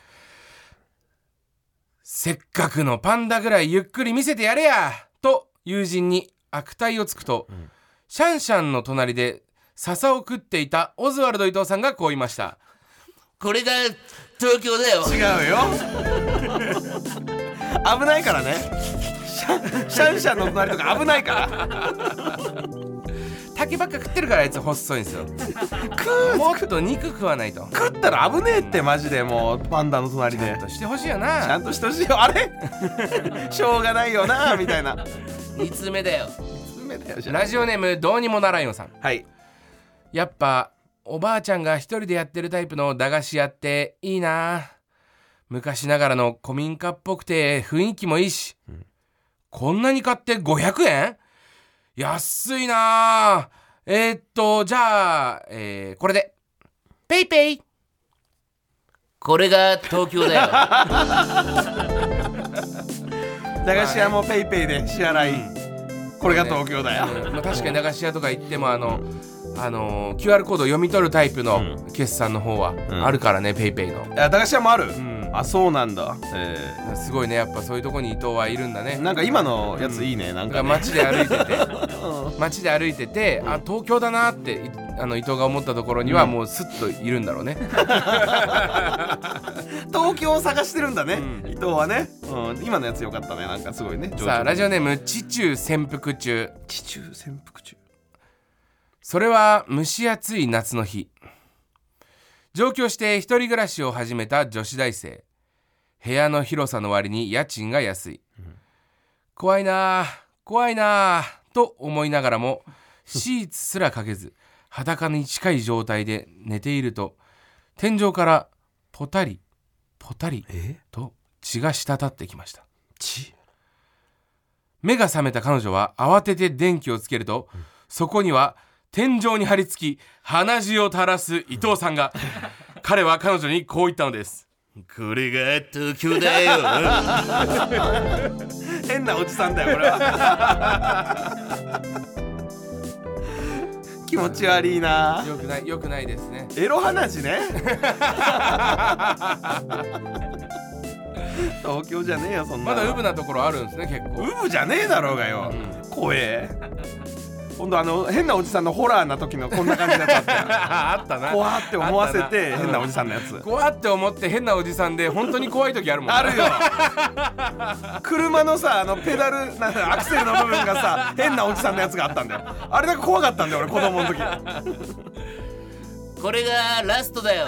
せっかくのパンダぐらいゆっくり見せてやれやと友人に悪態をつくと、うん、シャンシャンの隣で笹を食っていたオズワルド伊藤さんがこう言いましたこれが東京だよ違うよ危ないからねシャンシャンシャンの隣とか危ないから竹ばっか食ってるからあいつ細いんですよ食うもっと肉食わないと食ったら危ねえってマジでもうパンダの隣でちゃんとしてほしいよなちゃんとしてほしいよあれしょうがないよなみたいなに通目だよに通目だよラジオネームどうにもならんよさんはいやっぱおばあちゃんが一人でやってるタイプの駄菓子屋っていいな昔ながらの古民家っぽくて雰囲気もいいし、うん、こんなに買ってごひゃくえん安いなえー、っとじゃあ、えー、これでペイペイこれが東京だよ駄菓子屋もペイペイで支払い、うん、これが東京だよ、 うんまあ、確かに駄菓子屋とか行ってもあの、あのー、キューアール コードを読み取るタイプの決算の方はあるからね、うん、ペイペイの駄菓子屋もある、うん、あそうなんだ、えー、すごいねやっぱそういうとこに伊藤はいるんだねなんか今のやついいね、うん、なんかね街で歩いてて街で歩いててあ東京だなってあの伊藤が思ったところにはもうスッといるんだろうね、うん、 東京を探してるんだね、うん、伊藤はね、うん、今のやつよかったねなんかすごいねさあラジオネーム地中潜伏中地中潜伏中それは蒸し暑い夏の日上京して一人暮らしを始めた女子大生部屋の広さの割に家賃が安い、うん、怖いな怖いなと思いながらもシーツすらかけず裸に近い状態で寝ていると天井からポタリポタリと血が滴ってきました血目が覚めた彼女は慌てて電気をつけると、うん、そこには天井に張り付き鼻血を垂らす伊藤さんが彼は彼女にこう言ったのですこれが東京だよ変なおじさんだよこれは気持ち悪いなよくないよくないですねエロ鼻血ね東京じゃねえよそんなまだウブなところあるんですね結構ウブじゃねえだろうがよ、うん、怖え今度あの変なおじさんのホラーな時のこんな感じのやつあったよあったな怖って思わせて変なおじさんのやつ怖って思って変なおじさんで本当に怖い時あるもんあるよ車のさあのペダルなんかアクセルの部分がさ変なおじさんのやつがあったんだよあれだけ怖かったんだよ俺子供の時これがラストだよ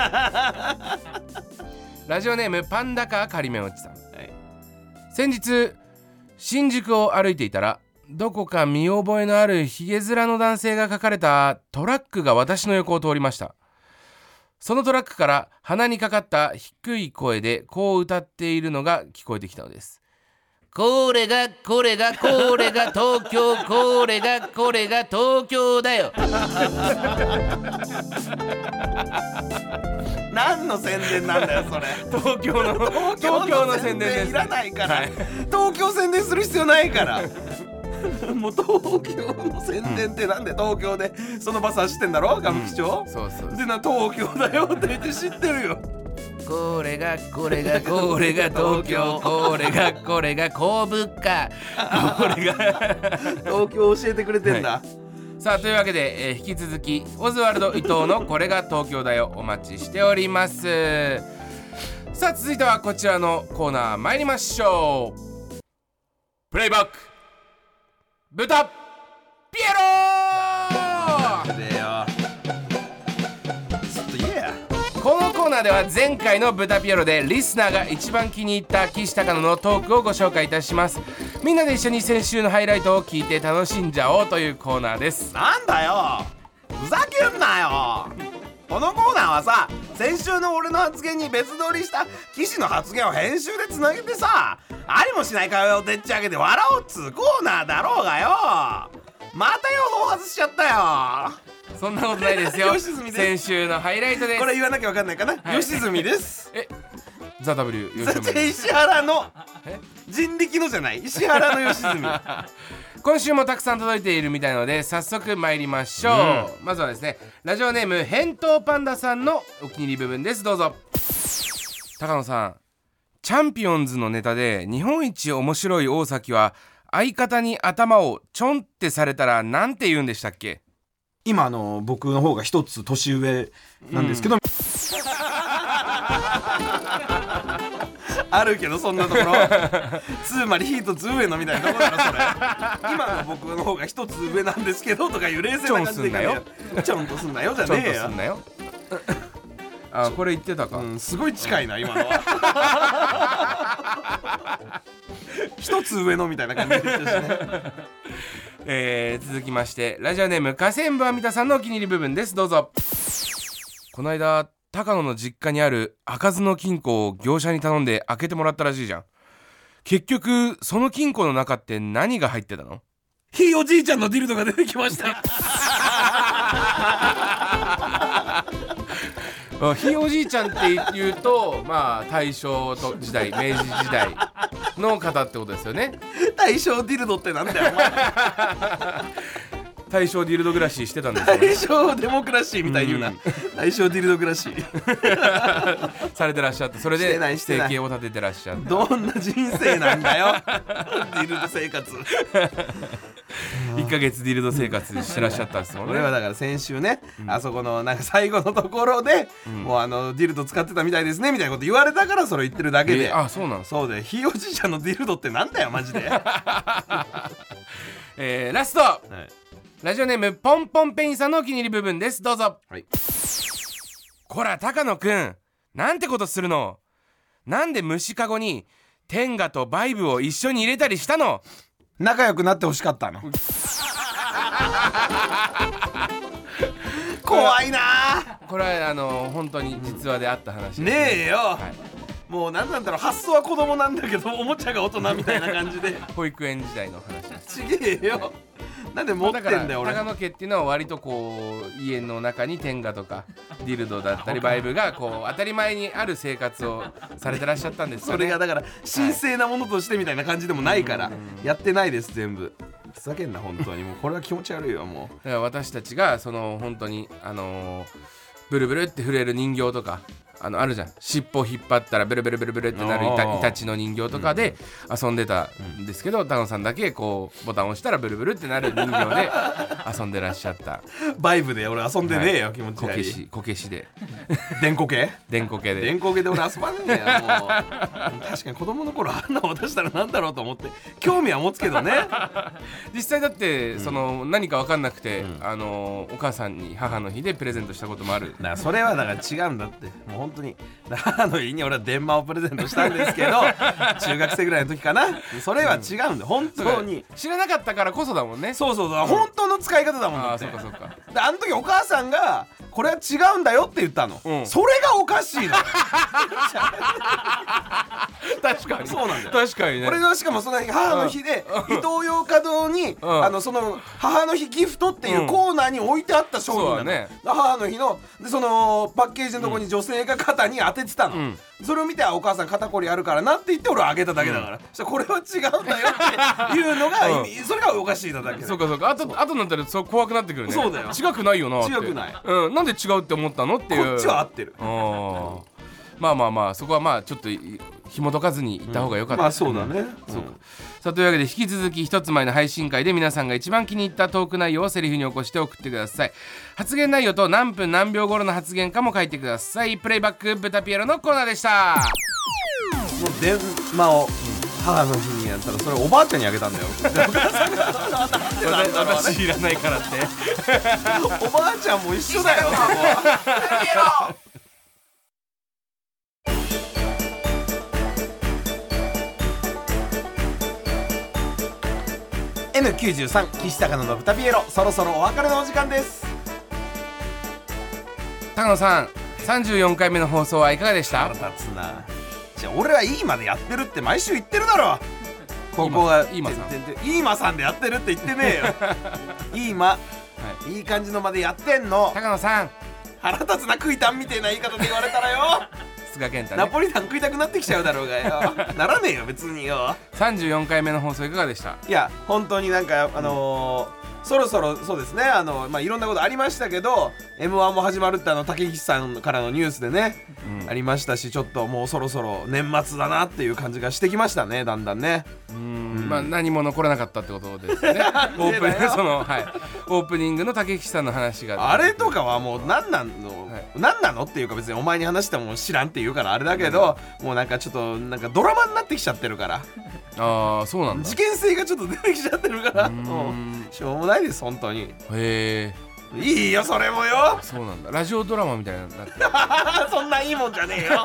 ラジオネームパンダカ仮面おじさん、はい、先日新宿を歩いていたらどこか見覚えのあるヒゲ面の男性が描かれたトラックが私の横を通りました。 そのトラックから鼻にかかった低い声でこう歌っているのが聞こえてきたのです。これがこれがこれが東京、これがこれが東京だよ。 何の宣伝なんだよそれ。 東京の東京の宣伝です。 いらないから、 はい、 東京宣伝する必要ないからもう東京の宣伝ってなんで東京でそのバス走ってんだろ歌舞伎町、 うん、そうそうでな東京だよって言って知ってるよ。 これがこれがこれが東京、これがこれが高物価、これが東京教えてくれてんだ、はい、 さあというわけで、えー、引き続きオズワルド伊藤のこれが東京だよお待ちしております。さあ続いてはこちらのコーナー参りましょう。プレイバック豚ピエロこのコーナーでは前回の豚ピエロでリスナーが一番気に入った岸高野のトークをご紹介いたします。みんなで一緒に先週のハイライトを聞いて楽しんじゃおうというコーナーです。 なんだよふざけんなよ。このコーナーはさ、先週の俺の発言に別撮りした岸の発言を編集でつなげてさ、ありもしない会話をでっち上げて笑おうっつうコーナーだろうがよ。また予報外しちゃったよ。 そんなことないですよ吉住です。 先週のハイライトです。 これ言わなきゃ分かんないかな、はい、吉住です。 えザ・ W 吉住です。石原の人力のじゃない、石原の吉住今週もたくさん届いているみたいので早速参りましょう、うん、まずはですねラジオネーム返答パンダさんのお気に入り部分です。どうぞ。高野さん、チャンピオンズのネタで日本一面白い大崎は相方に頭をちょんってされたらなんて言うんでしたっけ。 今あの僕の方が一つ年上なんですけど、うん、あるけどそんなところつまりヒートツー上のみたいなところだろそれ。今の僕の方が一つ上なんですけどとかいう冷静な感じで言うよ。ちょんとすんなよじゃねえよ。ちょんとすんなよあ、これ言ってたか、 うん、すごい近いな今のは一つ上のみたいな感じで言ってたしねえー、続きましてラジオネーム河川部アミタさんのお気に入り部分です。どうぞ。この間高野の実家にある開かずの金庫を業者に頼んで開けてもらったらしいじゃん。結局その金庫の中って何が入ってたの。 ひいおじいちゃんのディルドが出てきましたひいおじいちゃんっていうとまあ大正時代明治時代の方ってことですよね。 大正ディルドってなんだよお前大正ディルド暮らししてたんですよ、ね、 大正デモクラシーみたいに言うな、うん、大正ディルド暮らしされてらっしゃって、それで生計を立ててらっしゃって。 どんな人生なんだよディルド生活いっかげつディルド生活してらっしゃったんですもんね。 俺はだから先週ね、うん、あそこのなんか最後のところで、うん、もうあのディルド使ってたみたいですねみたいなこと言われたからそれ言ってるだけで、 えー、あ、そうなんですか。 そうで、ひいおじいちゃんのディルドってなんだよマジでえー、ラスト、はい、ラジオネームポンポンペインさんのお気に入り部分です。どうぞ。はい、こら高野くん、なんてことするの。なんで虫かごに天下とバイブを一緒に入れたりしたの。 仲良くなってほしかったの怖いな。 これはあの本当に実話であった話です、 ねえよ、はい、もう何なんだろう、発想は子供なんだけどおもちゃが大人みたいな感じで保育園時代の話です。 ちげえよ、なんで持ってんだよ。だ俺、長野家っていうのは割とこう家の中に天下とかディルドだったりバイブがこう当たり前にある生活をされてらっしゃったんですよね。 それがだから神聖なものとしてみたいな感じでもないから、はい、やってないです。全部ふざけんな本当に。もうこれは気持ち悪いよ。もうだから私たちがその本当にあのー、ブルブルって震える人形とかあのあるじゃん、尻尾引っ張ったらブルブルブルブルってなるイタ、イタチの人形とかで遊んでたんですけど、高野さんだけこうボタンを押したらブルブルってなる人形で遊んでらっしゃった。 バイブで俺遊んでねえよ、はい、気持ち悪い。こけし、こけしで電こけ電こけで電こけで俺遊ばねえよもう確かに子供の頃あんな渡したらなんだろうと思って興味は持つけどね実際だってその、うん、何か分かんなくて、うん、あのお母さんに母の日でプレゼントしたこともある。 だからそれはだから違うんだって。もう本当に母の日に俺は電話をプレゼントしたんですけど中学生ぐらいの時かな。それは違うんだ、本当に知らなかったからこそだもんね。 そうそうそう、うん、本当の使い方だもん。 あ、そうかそうか。 であの時お母さんがこれは違うんだよって言ったの、 うんそれがおかしいの確かにそうなんだよ確かにね俺がしかもその日母の日でイトーヨーカドーに、 んあのその母の日ギフトっていうコーナーに置いてあった商品なの、 そうだね母の日のでそのパッケージのとこに女性が肩に当ててたの、 うんそれを見てあお母さん肩こりあるからなって言って俺はあげただけだから、そしたらこれは違うんだよっていうのが、 うん意味それがおかしいなだけそうかそうかあとあとになったらそう怖くなってくるねそうだよ違くないよなって違くないうん、なんで違うって思ったのっていうこっちは合ってるあーまあまあまあそこはまあちょっとい紐解かずに行った方が良かった、 まあそうだね、 そうかさあというわけで引き続き一つ前の配信会で皆さんが一番気に入ったトーク内容をセリフに起こして送ってください。発言内容と何分何秒頃の発言かも書いてください。プレイバックブタピエロのコーナーでした。 もう電話を母の日にやったらそれおばあちゃんにあげたんだよ私いらないからっておばあちゃんも一緒だよエヌきゅうじゅうさん 岸高野のブタピエロ、そろそろお別れのお時間です。 高野さんさんじゅうよんかいめの放送はいかがでした？ 腹立つな。じゃあ俺はいいまでやってるって毎週言ってるだろ。ここがいいまさんてんてんてんいいまさんでやってるって言ってねえよいいま、はい、いい感じのまでやってんの。 高野さん腹立つな、食いたんみたいな言い方で言われたらよ菅健太ねナポリタン食いたくなってきちゃうだろうがよならねえよ別によ。 さんじゅうよんかいめの放送いかがでした？ いや本当になんかあのーそろそろそうですね、あの、まあ、いろんなことありましたけど エムワン も始まるってあの竹岸さんからのニュースでね、うん、ありましたし、ちょっともうそろそろ年末だなっていう感じがしてきましたね、だんだんね。 うーん、うん、まあ何も残らなかったってことですねオープニングその、はい、オープニングの竹岸さんの話があれとかはもう何なの、はい、何なのっていうか別にお前に話しても知らんって言うからあれだけど、うん、もうなんかちょっとなんかドラマになってきちゃってるからああそうなんだ、 事件性がちょっと出てきちゃってるからもうしょうもないです本当に。 へえいいよそれもよ。 そうなんだ、ラジオドラマみたいになってるそんないいもんじゃねえよ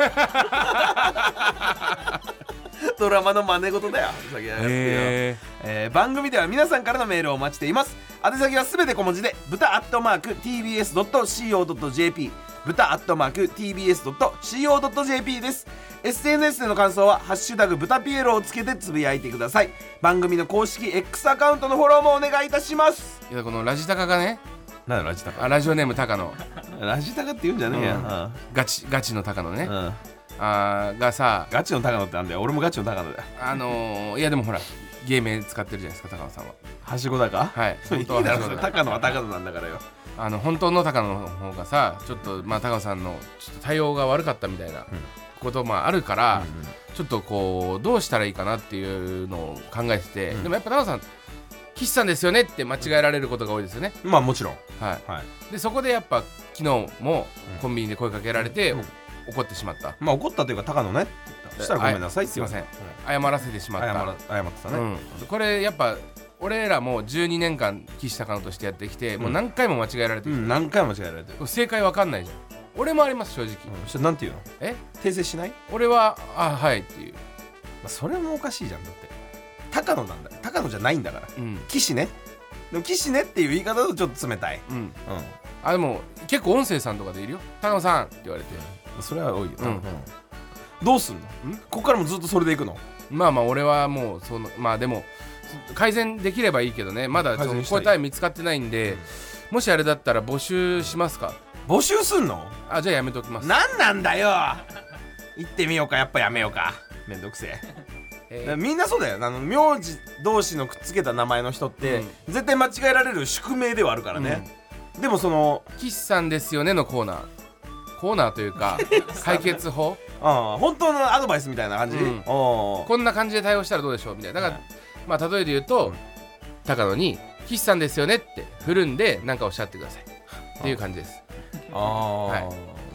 ドラマの真似事だよ。へえー、番組では皆さんからのメールをお待ちしています。宛先はすべて小文字で豚アットマーク ティービーエスドットシーオードットジェーピー 豚アットマーク ティービーエスドットシーオードットジェーピー です。 エスエヌエス での感想はハッシュタグ豚ピエロをつけてつぶやいてください。番組の公式 X アカウントのフォローもお願いいたします。 いやこのラジタカがね、 なんだラジタカ、 あラジオネームタカのラジタカって言うんじゃねえや、うん、 ガチガチのタカのね、 うん、 あがさガチの高野ってあんだよ。俺もガチの高野だよ。 あのー、いやでもほら芸名使ってるじゃないですか高野さんは。 はしごだか、 はい本当ははしごだ。高野は高野なんだからよ。 あの本当の高野の方がさちょっとまあ高野さんのちょっと対応が悪かったみたいなこともあるから、うんうん、ちょっとこうどうしたらいいかなっていうのを考えてて、うん、でもやっぱ高野さん岸さんですよねって間違えられることが多いですよね。 まあもちろん、 はいはい、でそこでやっぱ昨日もコンビニで声かけられて、うん、怒ってしまった。 まあ怒ったというか高野ねそしたらごめんなさいってすいません、謝らせてしまった。 謝, 謝ってたね、 うん、これやっぱ俺らもじゅうにねんかん岸高野としてやってきて、うん、もう何回も間違えられてる、 うん、何回も間違えられてる。 正解わかんないじゃん。俺もあります正直、うん、 そしたらなんて言うの？ え訂正しない？ 俺はあはいっていう、まあ、それもおかしいじゃん。だって高野なんだ、高野じゃないんだから、うん、岸ね。でも岸ねっていう言い方だとちょっと冷たい、うんうん、 あでも結構音声さんとかでいるよ高野さんって言われて、 それは多いよ、うんうん、どうすんの？んここからもずっとそれでいくの？ まあまあ俺はもうそのまあでも改善できればいいけどね、まだその答え見つかってないんで、うん、もしあれだったら募集しますか？ 募集すんの？ あじゃあやめときます。 なんなんだよ行ってみようかやっぱやめようか、めんどくせええー、みんなそうだよ。あの名字同士のくっつけた名前の人って、うん、絶対間違えられる宿命ではあるからね、うん、でもその岸さんですよねのコーナーコーナーというか解決法あ本当のアドバイスみたいな感じ、うん、 こんな感じで対応したらどうでしょうみたいな。だから、はい、まあ例えで言うと、うん、高野に岸さんですよねって振るんで何かおっしゃってくださいっていう感じです。 ああ、はい、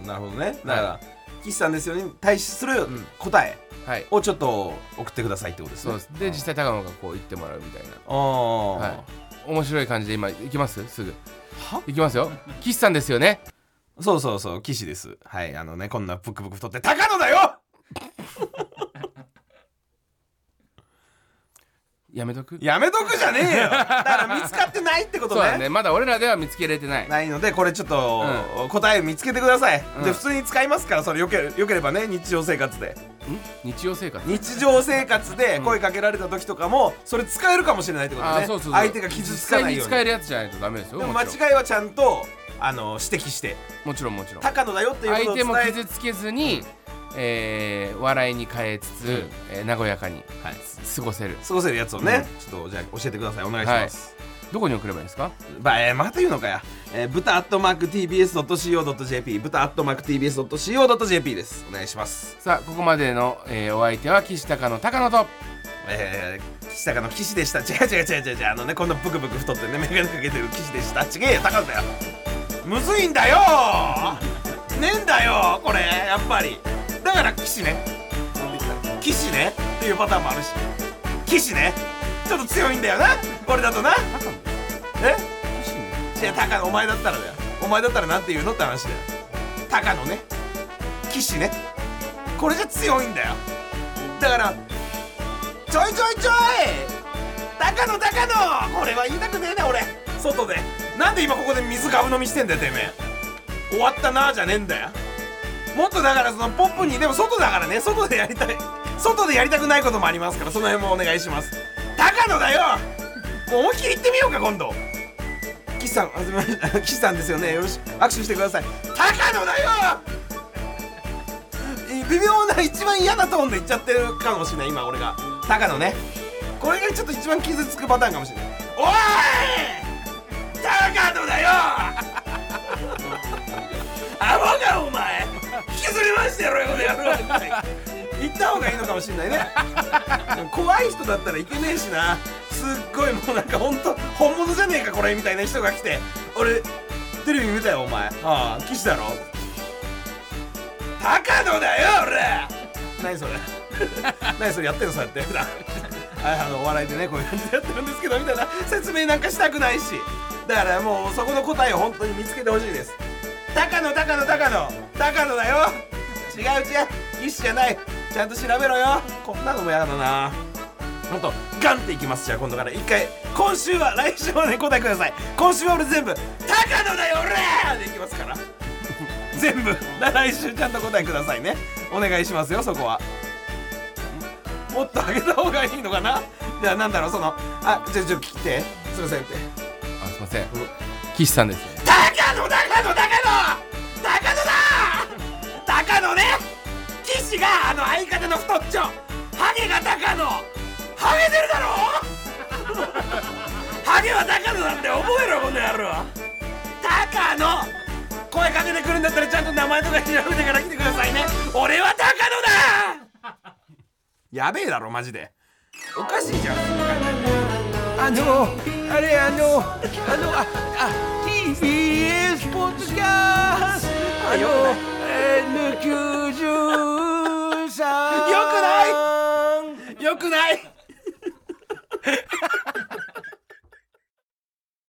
なるほどね。だから、はい、岸さんですよねに対する答え、うんはい、をちょっと送ってくださいってことですね。そうです。 で実際高野がこう言ってもらうみたいな。ああ、はい、面白い感じで今行きますすぐは行きますよ岸さんですよね。 そうそうそう岸です。はいあのねこんなブクブク太って高野だよやめとく。 やめとくじゃねえよ。だから見つかってないってことね。 そうだね、まだ俺らでは見つけれてない。 ないのでこれちょっと、うん、答え見つけてください、 うん、 で普通に使いますからそれよけよければね日常生活でん日常生活日常生活で声かけられた時とかもそれ使えるかもしれないってことね、 あそうそうそう、 相手が傷つかないように。 実際に使えるやつじゃないとダメですよ。 でももちろん間違いはちゃんとあの指摘してもちろんもちろん高野だよっていうことを伝え相手も傷つけずに、えー、笑いに変えつつ、うんえー、和やかに、はい、過ごせる過ごせるやつをね、 うん、 ちょっとじゃあ教えてください。お願いします、 はい、どこに送ればいいですか。 ばえー、また言うのかや、えー、豚アットマーク ティービーエスドットシーオードットジェーピー 豚アットマーク ティービーエスドットシーオードットジェーピー です。お願いします。 さあここまでの、えー、お相手は岸高野高野とえー、岸高の岸でした。違う違う違う違う違うあのねこんなブクブク太ってねメガネかけてる岸でした。違えよ高野だよ。むずいんだよねえんだよこれやっぱり。だから岸ね岸ねっていうパターンもあるし岸ねちょっと強いんだよなこれだとな。え岸ね違う高野お前だったらだよ。お前だったらなんて言うのって話だよ。高野ね岸ねこれじゃ強いんだよ。だからちょいちょいちょい高野高野これは言いたくねえな俺外で。なんで今ここで水ガブ飲みしてんだよてめえ。終わったなーじゃねえんだよ。もっとだからそのポップにでも外だからね外でやりたい外でやりたくないこともありますからその辺もお願いします。高野だよもう思いっきり言ってみようか今度。岸さんはじめまして岸さんですよねよろしく握手してください。高野だよ微妙な一番嫌なトーンで言っちゃってるかもしれない今俺が。高野ねこれがちょっと一番傷つくパターンかもしれない。おい高野だよアホがお前引きずりましてやろよこの野郎言った方がいいのかもしれないね怖い人だったらいけねえしな。すっごいもうなんかほんと本物じゃねえかこれみたいな人が来て俺テレビ見たよお前。ああ岸だろ高野だよ俺何それ何それやってるのそうやって普段あのお笑いでねこういう感じでやってるんですけどみたいな説明なんかしたくないしだからもうそこの答えを本当に見つけてほしいです。高野高野高野高野だよ違う違う岸じゃないちゃんと調べろよ。こんなのもやだな。ほんとガンっていきます。じゃあ今度から一回今週は来週はね答えください。今週は俺全部高野だよ俺でいきますから全部来週ちゃんと答えくださいね。お願いしますよそこは。もっと上げた方がいいのかな。じゃあなんだろうそのあじゃあちょっと聞いてすいませんってあすいません、うん、岸さんです。 高野高野高野高野だ高野ね岸があの相方の太っちょハゲが高野ハゲてるだろハゲは高野なんで覚えろこの野郎。高野声かけてくるんだったらちゃんと名前とか調べてから来てくださいね。俺は高野だやべえだろマジでおかしいじゃん。 あのあれあのあのああ ティービーエス ポッドキャストあの エヌきゅうじゅうさんよくないよくない